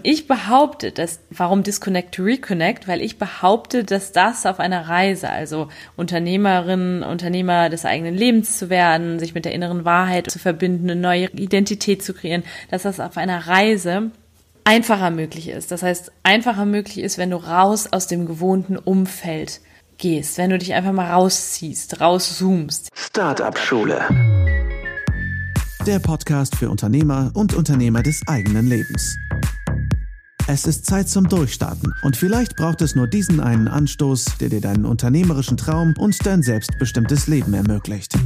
ich behaupte, warum Disconnect to Reconnect? Weil ich behaupte, dass das auf einer Reise, also Unternehmerinnen, Unternehmer des eigenen Lebens zu werden, sich mit der inneren Wahrheit zu verbinden, eine neue Identität zu kreieren, dass das auf einer Reise einfacher möglich ist. Das heißt, einfacher möglich ist, wenn du raus aus dem gewohnten Umfeld gehst, wenn du dich einfach mal rausziehst, rauszoomst. Startup-Schule. Der Podcast für Unternehmer und Unternehmer des eigenen Lebens. Es ist Zeit zum Durchstarten und vielleicht braucht es nur diesen einen Anstoß, der dir deinen unternehmerischen Traum und dein selbstbestimmtes Leben ermöglicht.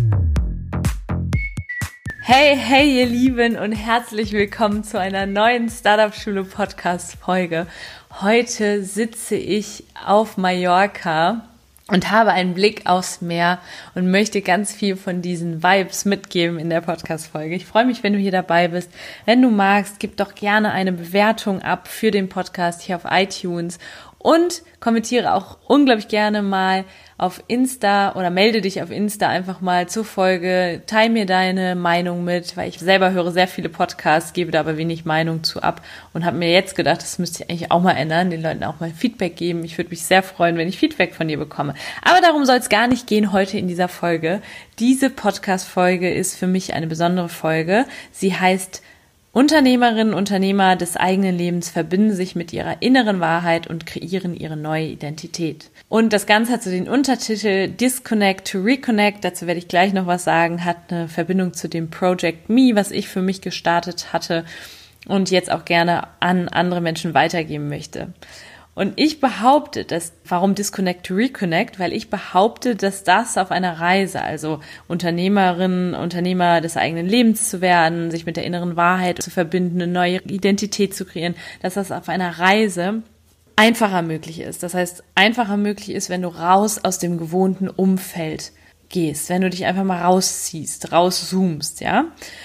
Hey ihr Lieben und herzlich willkommen zu einer neuen Startup-Schule-Podcast-Folge. Heute sitze ich auf Mallorca und habe einen Blick aufs Meer und möchte ganz viel von diesen Vibes mitgeben in der Podcast-Folge. Ich freue mich, wenn du hier dabei bist. Wenn du magst, gib doch gerne eine Bewertung ab für den Podcast hier auf iTunes und kommentiere auch unglaublich gerne mal auf Insta oder melde dich auf Insta einfach mal zur Folge, teile mir deine Meinung mit, weil ich selber höre sehr viele Podcasts, gebe da aber wenig Meinung zu ab und habe mir jetzt gedacht, das müsste ich eigentlich auch mal ändern, den Leuten auch mal Feedback geben. Ich würde mich sehr freuen, wenn ich Feedback von dir bekomme. Aber darum soll es gar nicht gehen heute in dieser Folge. Diese Podcast-Folge ist für mich eine besondere Folge. Sie heißt Unternehmerinnen und Unternehmer des eigenen Lebens verbinden sich mit ihrer inneren Wahrheit und kreieren ihre neue Identität. Und das Ganze hat so den Untertitel Disconnect to Reconnect, dazu werde ich gleich noch was sagen, hat eine Verbindung zu dem Project Me, was ich für mich gestartet hatte und jetzt auch gerne an andere Menschen weitergeben möchte. Und ich behaupte, warum Disconnect to Reconnect? Weil ich behaupte, dass das auf einer Reise, also Unternehmerinnen, Unternehmer des eigenen Lebens zu werden, sich mit der inneren Wahrheit zu verbinden, eine neue Identität zu kreieren, dass das auf einer Reise einfacher möglich ist. Das heißt, einfacher möglich ist, wenn du raus aus dem gewohnten Umfeld gehst, wenn du dich einfach mal rausziehst, rauszoomst, ja?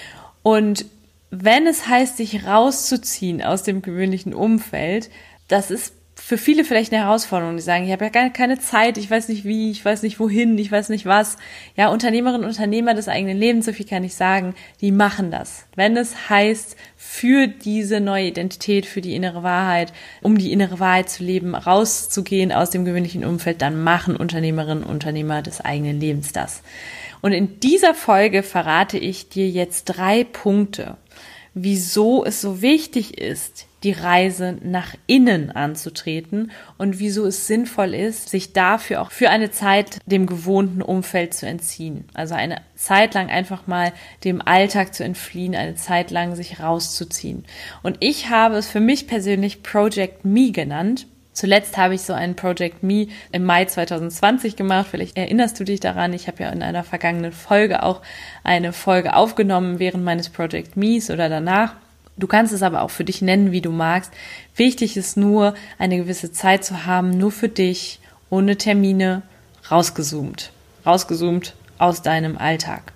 Und wenn es heißt, dich rauszuziehen aus dem gewöhnlichen Umfeld, das ist für viele vielleicht eine Herausforderung, die sagen, ich habe ja gar keine Zeit, ich weiß nicht wie, ich weiß nicht wohin, ich weiß nicht was. Ja, Unternehmerinnen und Unternehmer des eigenen Lebens, so viel kann ich sagen, die machen das. Wenn es heißt, für diese neue Identität, für die innere Wahrheit, um die innere Wahrheit zu leben, rauszugehen aus dem gewöhnlichen Umfeld, dann machen Unternehmerinnen und Unternehmer des eigenen Lebens das. Und in dieser Folge verrate ich dir jetzt 3 Punkte, wieso es so wichtig ist, die Reise nach innen anzutreten und wieso es sinnvoll ist, sich dafür auch für eine Zeit dem gewohnten Umfeld zu entziehen. Also eine Zeit lang einfach mal dem Alltag zu entfliehen, eine Zeit lang sich rauszuziehen. Und ich habe es für mich persönlich Project Me genannt. Zuletzt habe ich so einen Project Me im Mai 2020 gemacht. Vielleicht erinnerst du dich daran. Ich habe ja in einer vergangenen Folge auch eine Folge aufgenommen während meines Project Me's oder danach. Du kannst es aber auch für dich nennen, wie du magst. Wichtig ist nur, eine gewisse Zeit zu haben, nur für dich, ohne Termine, rausgezoomt aus deinem Alltag.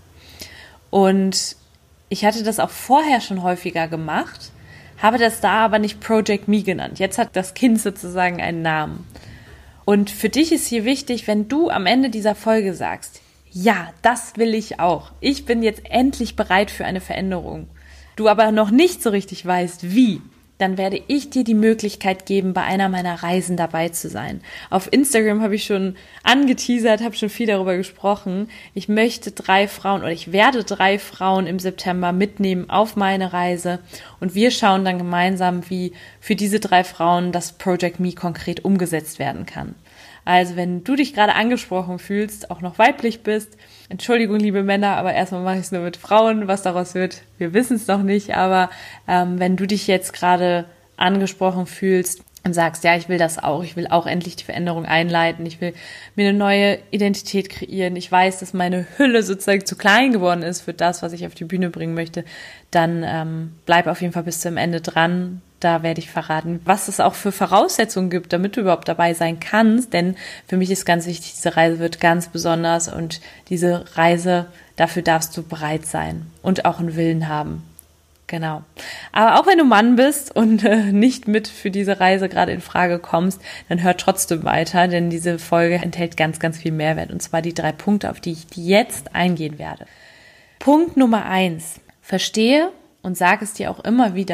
Und ich hatte das auch vorher schon häufiger gemacht, habe das da aber nicht Project Me genannt. Jetzt hat das Kind sozusagen einen Namen. Und für dich ist hier wichtig, wenn du am Ende dieser Folge sagst, ja, das will ich auch. Ich bin jetzt endlich bereit für eine Veränderung. Du aber noch nicht so richtig weißt, wie, dann werde ich dir die Möglichkeit geben, bei einer meiner Reisen dabei zu sein. Auf Instagram habe ich schon angeteasert, habe schon viel darüber gesprochen. Ich werde 3 Frauen im September mitnehmen auf meine Reise und wir schauen dann gemeinsam, wie für diese 3 Frauen das Project Me konkret umgesetzt werden kann. Also wenn du dich gerade angesprochen fühlst, auch noch weiblich bist, Entschuldigung, liebe Männer, aber erstmal mache ich es nur mit Frauen. Was daraus wird, wir wissen es noch nicht. Aber wenn du dich jetzt gerade angesprochen fühlst und sagst, ja, ich will das auch, ich will auch endlich die Veränderung einleiten, ich will mir eine neue Identität kreieren, ich weiß, dass meine Hülle sozusagen zu klein geworden ist für das, was ich auf die Bühne bringen möchte, dann bleib auf jeden Fall bis zum Ende dran. Da werde ich verraten, was es auch für Voraussetzungen gibt, damit du überhaupt dabei sein kannst. Denn für mich ist ganz wichtig, diese Reise wird ganz besonders und diese Reise, dafür darfst du bereit sein und auch einen Willen haben. Genau. Aber auch wenn du Mann bist und nicht mit für diese Reise gerade in Frage kommst, dann hör trotzdem weiter, denn diese Folge enthält ganz, ganz viel Mehrwert. Und zwar die 3 Punkte, auf die ich jetzt eingehen werde. Punkt Nummer 1. Verstehe und sag es dir auch immer wieder,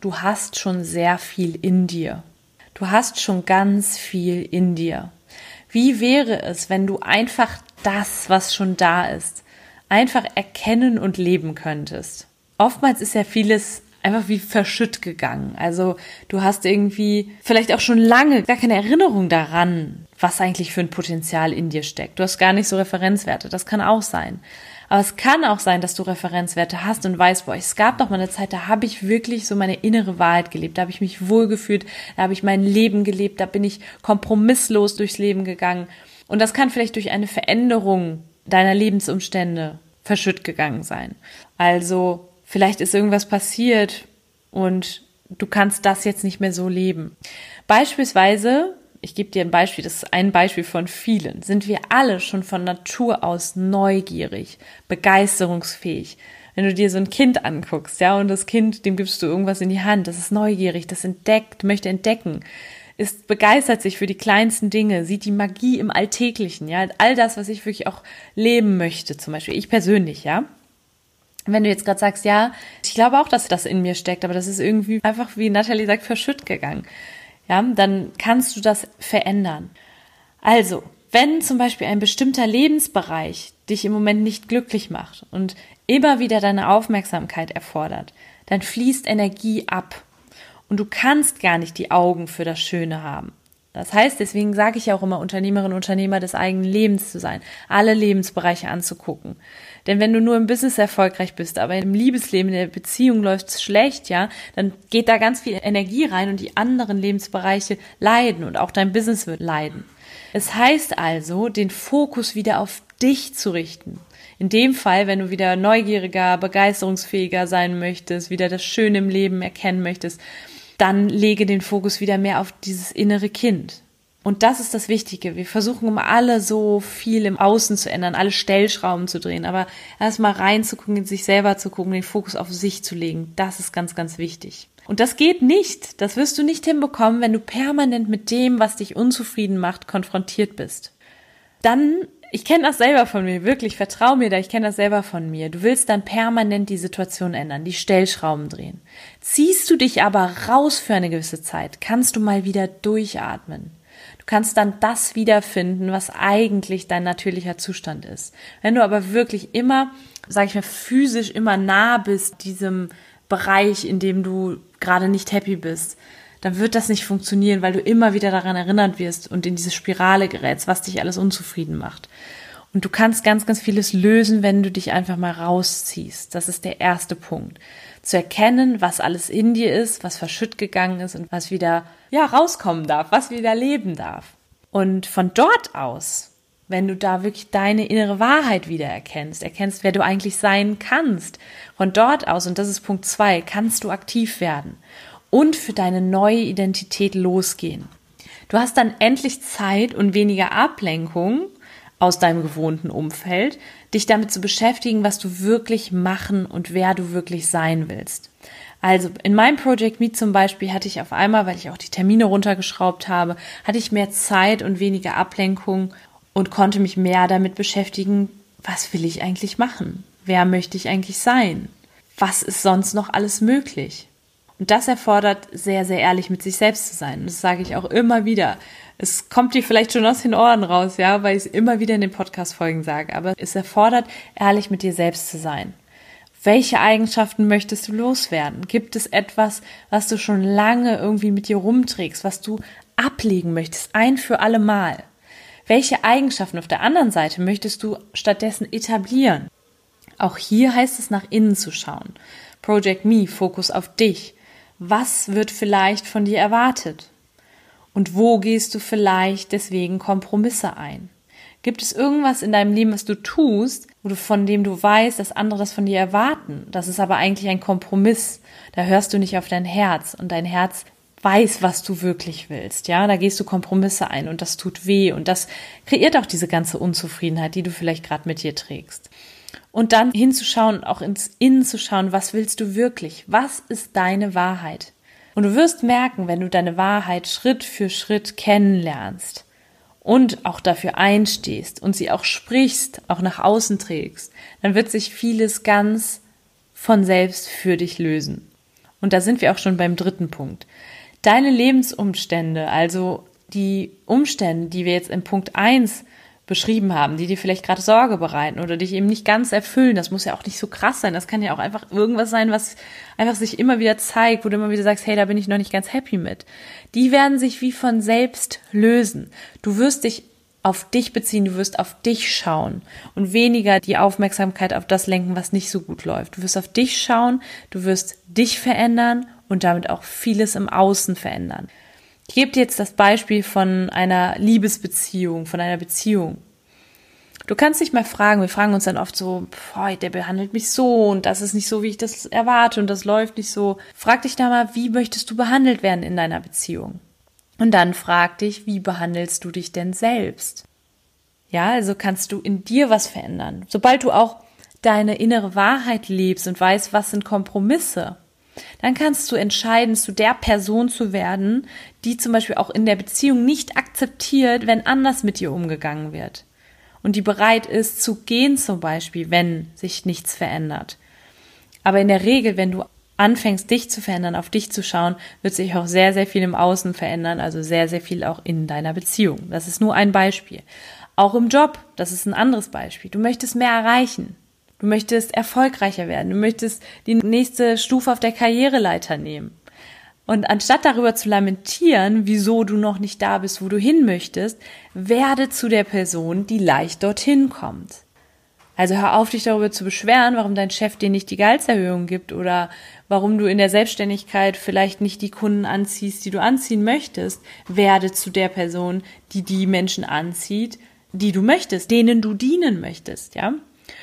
du hast schon sehr viel in dir. Du hast schon ganz viel in dir. Wie wäre es, wenn du einfach das, was schon da ist, einfach erkennen und leben könntest? Oftmals ist ja vieles einfach wie verschütt gegangen. Also du hast irgendwie vielleicht auch schon lange gar keine Erinnerung daran, was eigentlich für ein Potenzial in dir steckt. Du hast gar nicht so Referenzwerte, das kann auch sein. Aber es kann auch sein, dass du Referenzwerte hast und weißt, boah, es gab doch mal eine Zeit, da habe ich wirklich so meine innere Wahrheit gelebt, da habe ich mich wohlgefühlt, da habe ich mein Leben gelebt, da bin ich kompromisslos durchs Leben gegangen. Und das kann vielleicht durch eine Veränderung deiner Lebensumstände verschütt gegangen sein. Also vielleicht ist irgendwas passiert und du kannst das jetzt nicht mehr so leben. Beispielsweise, ich gebe dir ein Beispiel, das ist ein Beispiel von vielen, sind wir alle schon von Natur aus neugierig, begeisterungsfähig. Wenn du dir so ein Kind anguckst, ja, und das Kind, dem gibst du irgendwas in die Hand, das ist neugierig, das entdeckt, möchte entdecken, begeistert sich für die kleinsten Dinge, sieht die Magie im Alltäglichen, ja, all das, was ich wirklich auch leben möchte, zum Beispiel ich persönlich, ja. Wenn du jetzt gerade sagst, ja, ich glaube auch, dass das in mir steckt, aber das ist irgendwie einfach, wie Nathalie sagt, verschütt gegangen. Ja, dann kannst du das verändern. Also, wenn zum Beispiel ein bestimmter Lebensbereich dich im Moment nicht glücklich macht und immer wieder deine Aufmerksamkeit erfordert, dann fließt Energie ab und du kannst gar nicht die Augen für das Schöne haben. Das heißt, deswegen sage ich ja auch immer, Unternehmerin, Unternehmer des eigenen Lebens zu sein, alle Lebensbereiche anzugucken. Denn wenn du nur im Business erfolgreich bist, aber im Liebesleben, in der Beziehung läuft's schlecht, ja, dann geht da ganz viel Energie rein und die anderen Lebensbereiche leiden und auch dein Business wird leiden. Es heißt also, den Fokus wieder auf dich zu richten. In dem Fall, wenn du wieder neugieriger, begeisterungsfähiger sein möchtest, wieder das Schöne im Leben erkennen möchtest, dann lege den Fokus wieder mehr auf dieses innere Kind. Und das ist das Wichtige. Wir versuchen immer alle so viel im Außen zu ändern, alle Stellschrauben zu drehen, aber erstmal reinzugucken, in sich selber zu gucken, den Fokus auf sich zu legen, das ist ganz, ganz wichtig. Und das geht nicht, das wirst du nicht hinbekommen, wenn du permanent mit dem, was dich unzufrieden macht, konfrontiert bist. Dann, ich kenne das selber von mir, wirklich, vertrau mir da, ich kenne das selber von mir. Du willst dann permanent die Situation ändern, die Stellschrauben drehen. Ziehst du dich aber raus für eine gewisse Zeit, kannst du mal wieder durchatmen. Du kannst dann das wiederfinden, was eigentlich dein natürlicher Zustand ist. Wenn du aber wirklich immer, sage ich mal, physisch immer nah bist, diesem Bereich, in dem du gerade nicht happy bist, dann wird das nicht funktionieren, weil du immer wieder daran erinnert wirst und in diese Spirale gerätst, was dich alles unzufrieden macht. Und du kannst ganz, ganz vieles lösen, wenn du dich einfach mal rausziehst. Das ist der erste Punkt. Zu erkennen, was alles in dir ist, was verschütt gegangen ist und was wieder rauskommen darf, was wieder leben darf. Und von dort aus, wenn du da wirklich deine innere Wahrheit wieder erkennst, wer du eigentlich sein kannst, von dort aus, und das ist Punkt 2, kannst du aktiv werden und für deine neue Identität losgehen. Du hast dann endlich Zeit und weniger Ablenkung aus deinem gewohnten Umfeld, dich damit zu beschäftigen, was du wirklich machen und wer du wirklich sein willst. Also in meinem Project Me zum Beispiel hatte ich auf einmal, weil ich auch die Termine runtergeschraubt habe, hatte ich mehr Zeit und weniger Ablenkung und konnte mich mehr damit beschäftigen, was will ich eigentlich machen? Wer möchte ich eigentlich sein? Was ist sonst noch alles möglich? Und das erfordert, sehr, sehr ehrlich mit sich selbst zu sein. Und das sage ich auch immer wieder. Es kommt dir vielleicht schon aus den Ohren raus, ja, weil ich es immer wieder in den Podcast-Folgen sage. Aber es erfordert, ehrlich mit dir selbst zu sein. Welche Eigenschaften möchtest du loswerden? Gibt es etwas, was du schon lange irgendwie mit dir rumträgst, was du ablegen möchtest, ein für alle Mal? Welche Eigenschaften auf der anderen Seite möchtest du stattdessen etablieren? Auch hier heißt es, nach innen zu schauen. Project Me, Fokus auf dich. Was wird vielleicht von dir erwartet? Und wo gehst du vielleicht deswegen Kompromisse ein? Gibt es irgendwas in deinem Leben, was du tust, von dem du weißt, dass andere das von dir erwarten? Das ist aber eigentlich ein Kompromiss. Da hörst du nicht auf dein Herz und dein Herz weiß, was du wirklich willst. Ja, da gehst du Kompromisse ein und das tut weh und das kreiert auch diese ganze Unzufriedenheit, die du vielleicht gerade mit dir trägst. Und dann hinzuschauen, auch ins Innen zu schauen, was willst du wirklich? Was ist deine Wahrheit? Und du wirst merken, wenn du deine Wahrheit Schritt für Schritt kennenlernst und auch dafür einstehst und sie auch sprichst, auch nach außen trägst, dann wird sich vieles ganz von selbst für dich lösen. Und da sind wir auch schon beim dritten Punkt. Deine Lebensumstände, also die Umstände, die wir jetzt in Punkt 1 beschrieben haben, die dir vielleicht gerade Sorge bereiten oder dich eben nicht ganz erfüllen, das muss ja auch nicht so krass sein, das kann ja auch einfach irgendwas sein, was einfach sich immer wieder zeigt, wo du immer wieder sagst, hey, da bin ich noch nicht ganz happy mit. Die werden sich wie von selbst lösen. Du wirst dich auf dich beziehen, du wirst auf dich schauen und weniger die Aufmerksamkeit auf das lenken, was nicht so gut läuft. Du wirst auf dich schauen, du wirst dich verändern und damit auch vieles im Außen verändern. Ich gebe dir jetzt das Beispiel von einer Liebesbeziehung, von einer Beziehung. Du kannst dich mal fragen, wir fragen uns dann oft so, der behandelt mich so und das ist nicht so, wie ich das erwarte und das läuft nicht so. Frag dich da mal, wie möchtest du behandelt werden in deiner Beziehung? Und dann frag dich, wie behandelst du dich denn selbst? Ja, also kannst du in dir was verändern. Sobald du auch deine innere Wahrheit lebst und weißt, was sind Kompromisse, dann kannst du entscheiden, zu der Person zu werden, die zum Beispiel auch in der Beziehung nicht akzeptiert, wenn anders mit dir umgegangen wird. Und die bereit ist zu gehen zum Beispiel, wenn sich nichts verändert. Aber in der Regel, wenn du anfängst, dich zu verändern, auf dich zu schauen, wird sich auch sehr, sehr viel im Außen verändern, also sehr, sehr viel auch in deiner Beziehung. Das ist nur ein Beispiel. Auch im Job, das ist ein anderes Beispiel. Du möchtest mehr erreichen. Du möchtest erfolgreicher werden. Du möchtest die nächste Stufe auf der Karriereleiter nehmen. Und anstatt darüber zu lamentieren, wieso du noch nicht da bist, wo du hin möchtest, werde zu der Person, die leicht dorthin kommt. Also hör auf, dich darüber zu beschweren, warum dein Chef dir nicht die Gehaltserhöhung gibt oder warum du in der Selbstständigkeit vielleicht nicht die Kunden anziehst, die du anziehen möchtest. Werde zu der Person, die die Menschen anzieht, die du möchtest, denen du dienen möchtest, ja?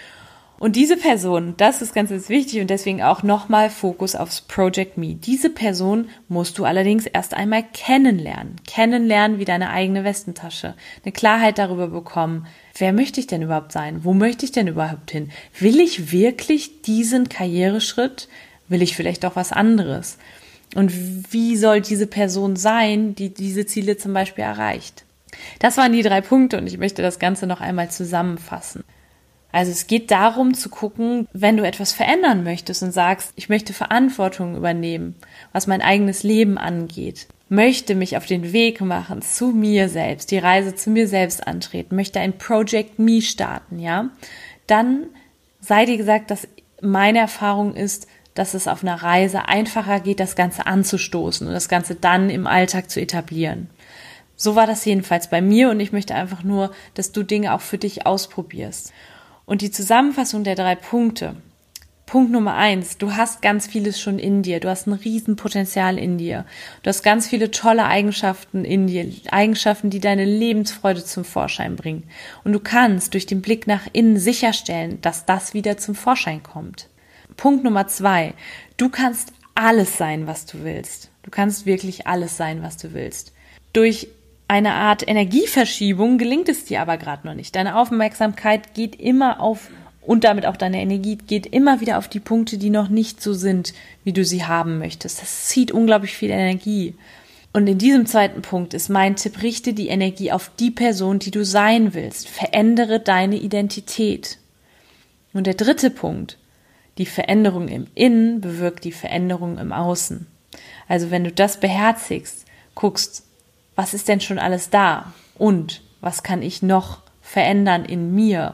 Und diese Person, das ist ganz, ganz wichtig und deswegen auch nochmal Fokus aufs Project Me. Diese Person musst du allerdings erst einmal kennenlernen. Kennenlernen wie deine eigene Westentasche. Eine Klarheit darüber bekommen, wer möchte ich denn überhaupt sein? Wo möchte ich denn überhaupt hin? Will ich wirklich diesen Karriereschritt? Will ich vielleicht auch was anderes? Und wie soll diese Person sein, die diese Ziele zum Beispiel erreicht? Das waren die 3 Punkte und ich möchte das Ganze noch einmal zusammenfassen. Also es geht darum zu gucken, wenn du etwas verändern möchtest und sagst, ich möchte Verantwortung übernehmen, was mein eigenes Leben angeht, möchte mich auf den Weg machen zu mir selbst, die Reise zu mir selbst antreten, möchte ein Project Me starten, ja, dann sei dir gesagt, dass meine Erfahrung ist, dass es auf einer Reise einfacher geht, das Ganze anzustoßen und das Ganze dann im Alltag zu etablieren. So war das jedenfalls bei mir und ich möchte einfach nur, dass du Dinge auch für dich ausprobierst. Und die Zusammenfassung der 3 Punkte. Punkt Nummer 1, du hast ganz vieles schon in dir. Du hast ein Riesenpotenzial in dir. Du hast ganz viele tolle Eigenschaften in dir. Eigenschaften, die deine Lebensfreude zum Vorschein bringen. Und du kannst durch den Blick nach innen sicherstellen, dass das wieder zum Vorschein kommt. Punkt Nummer 2, du kannst alles sein, was du willst. Du kannst wirklich alles sein, was du willst. Durch eine Art Energieverschiebung gelingt es dir aber gerade noch nicht. Deine Aufmerksamkeit geht immer auf, und damit auch deine Energie, geht immer wieder auf die Punkte, die noch nicht so sind, wie du sie haben möchtest. Das zieht unglaublich viel Energie. Und in diesem 2. Punkt ist mein Tipp, richte die Energie auf die Person, die du sein willst. Verändere deine Identität. Und der 3. Punkt, die Veränderung im Innen bewirkt die Veränderung im Außen. Also wenn du das beherzigst, guckst, was ist denn schon alles da und was kann ich noch verändern in mir,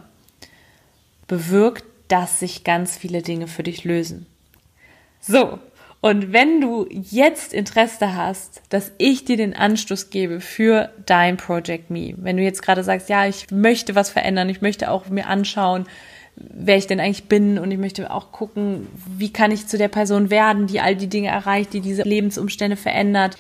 bewirkt, dass sich ganz viele Dinge für dich lösen. So, und wenn du jetzt Interesse hast, dass ich dir den Anstoß gebe für dein Project Me, wenn du jetzt gerade sagst, ja, ich möchte was verändern, ich möchte auch mir anschauen, wer ich denn eigentlich bin und ich möchte auch gucken, wie kann ich zu der Person werden, die all die Dinge erreicht, die diese Lebensumstände verändert,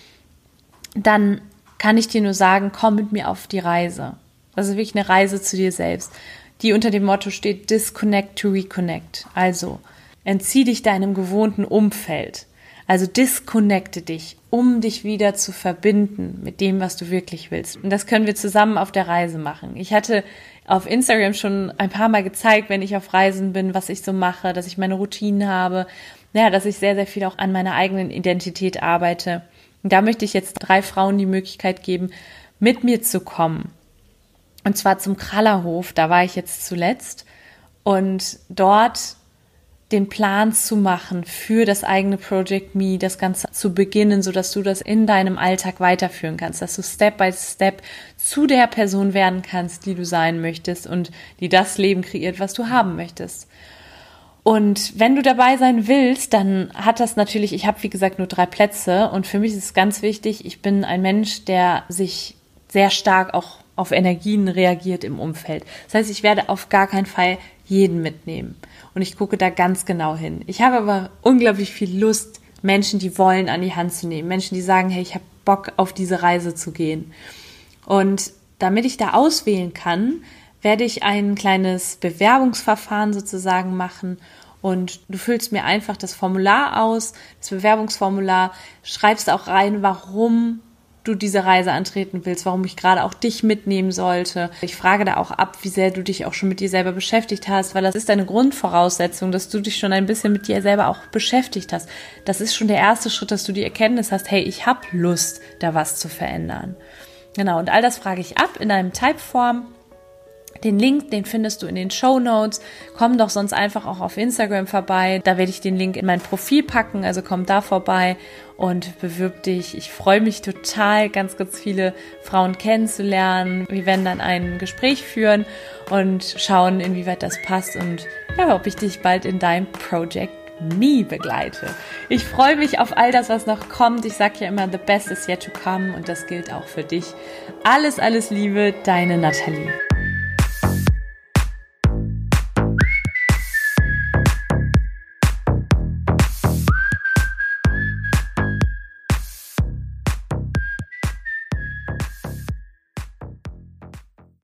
dann kann ich dir nur sagen, komm mit mir auf die Reise. Das ist wirklich eine Reise zu dir selbst, die unter dem Motto steht, Disconnect to Reconnect. Also entzieh dich deinem gewohnten Umfeld. Also disconnecte dich, um dich wieder zu verbinden mit dem, was du wirklich willst. Und das können wir zusammen auf der Reise machen. Ich hatte auf Instagram schon ein paar Mal gezeigt, wenn ich auf Reisen bin, was ich so mache, dass ich meine Routinen habe, ja, dass ich sehr, sehr viel auch an meiner eigenen Identität arbeite. Und da möchte ich jetzt 3 Frauen die Möglichkeit geben, mit mir zu kommen. Und zwar zum Krallerhof, da war ich jetzt zuletzt. Und dort den Plan zu machen für das eigene Project Me, das Ganze zu beginnen, sodass du das in deinem Alltag weiterführen kannst, dass du Step by Step zu der Person werden kannst, die du sein möchtest und die das Leben kreiert, was du haben möchtest. Und wenn du dabei sein willst, dann hat das natürlich, ich habe wie gesagt nur 3 Plätze und für mich ist es ganz wichtig, ich bin ein Mensch, der sich sehr stark auch auf Energien reagiert im Umfeld. Das heißt, ich werde auf gar keinen Fall jeden mitnehmen. Und ich gucke da ganz genau hin. Ich habe aber unglaublich viel Lust, Menschen, die wollen, an die Hand zu nehmen. Menschen, die sagen, hey, ich habe Bock, auf diese Reise zu gehen. Und damit ich da auswählen kann, werde ich ein kleines Bewerbungsverfahren sozusagen machen. Und du füllst mir einfach das Formular aus, das Bewerbungsformular, schreibst auch rein, warum du diese Reise antreten willst, warum ich gerade auch dich mitnehmen sollte. Ich frage da auch ab, wie sehr du dich auch schon mit dir selber beschäftigt hast, weil das ist eine Grundvoraussetzung, dass du dich schon ein bisschen mit dir selber auch beschäftigt hast. Das ist schon der erste Schritt, dass du die Erkenntnis hast, hey, ich habe Lust, da was zu verändern. Genau, und all das frage ich ab in einem Typeform. Den Link, den findest du in den Shownotes. Komm doch sonst einfach auch auf Instagram vorbei. Da werde ich den Link in mein Profil packen, also komm da vorbei und bewirb dich. Ich freue mich total, ganz, ganz viele Frauen kennenzulernen. Wir werden dann ein Gespräch führen und schauen, inwieweit das passt und ja, ob ich dich bald in deinem Project Me begleite. Ich freue mich auf all das, was noch kommt. Ich sage ja immer, the best is yet to come und das gilt auch für dich. Alles, alles Liebe, deine Nathalie.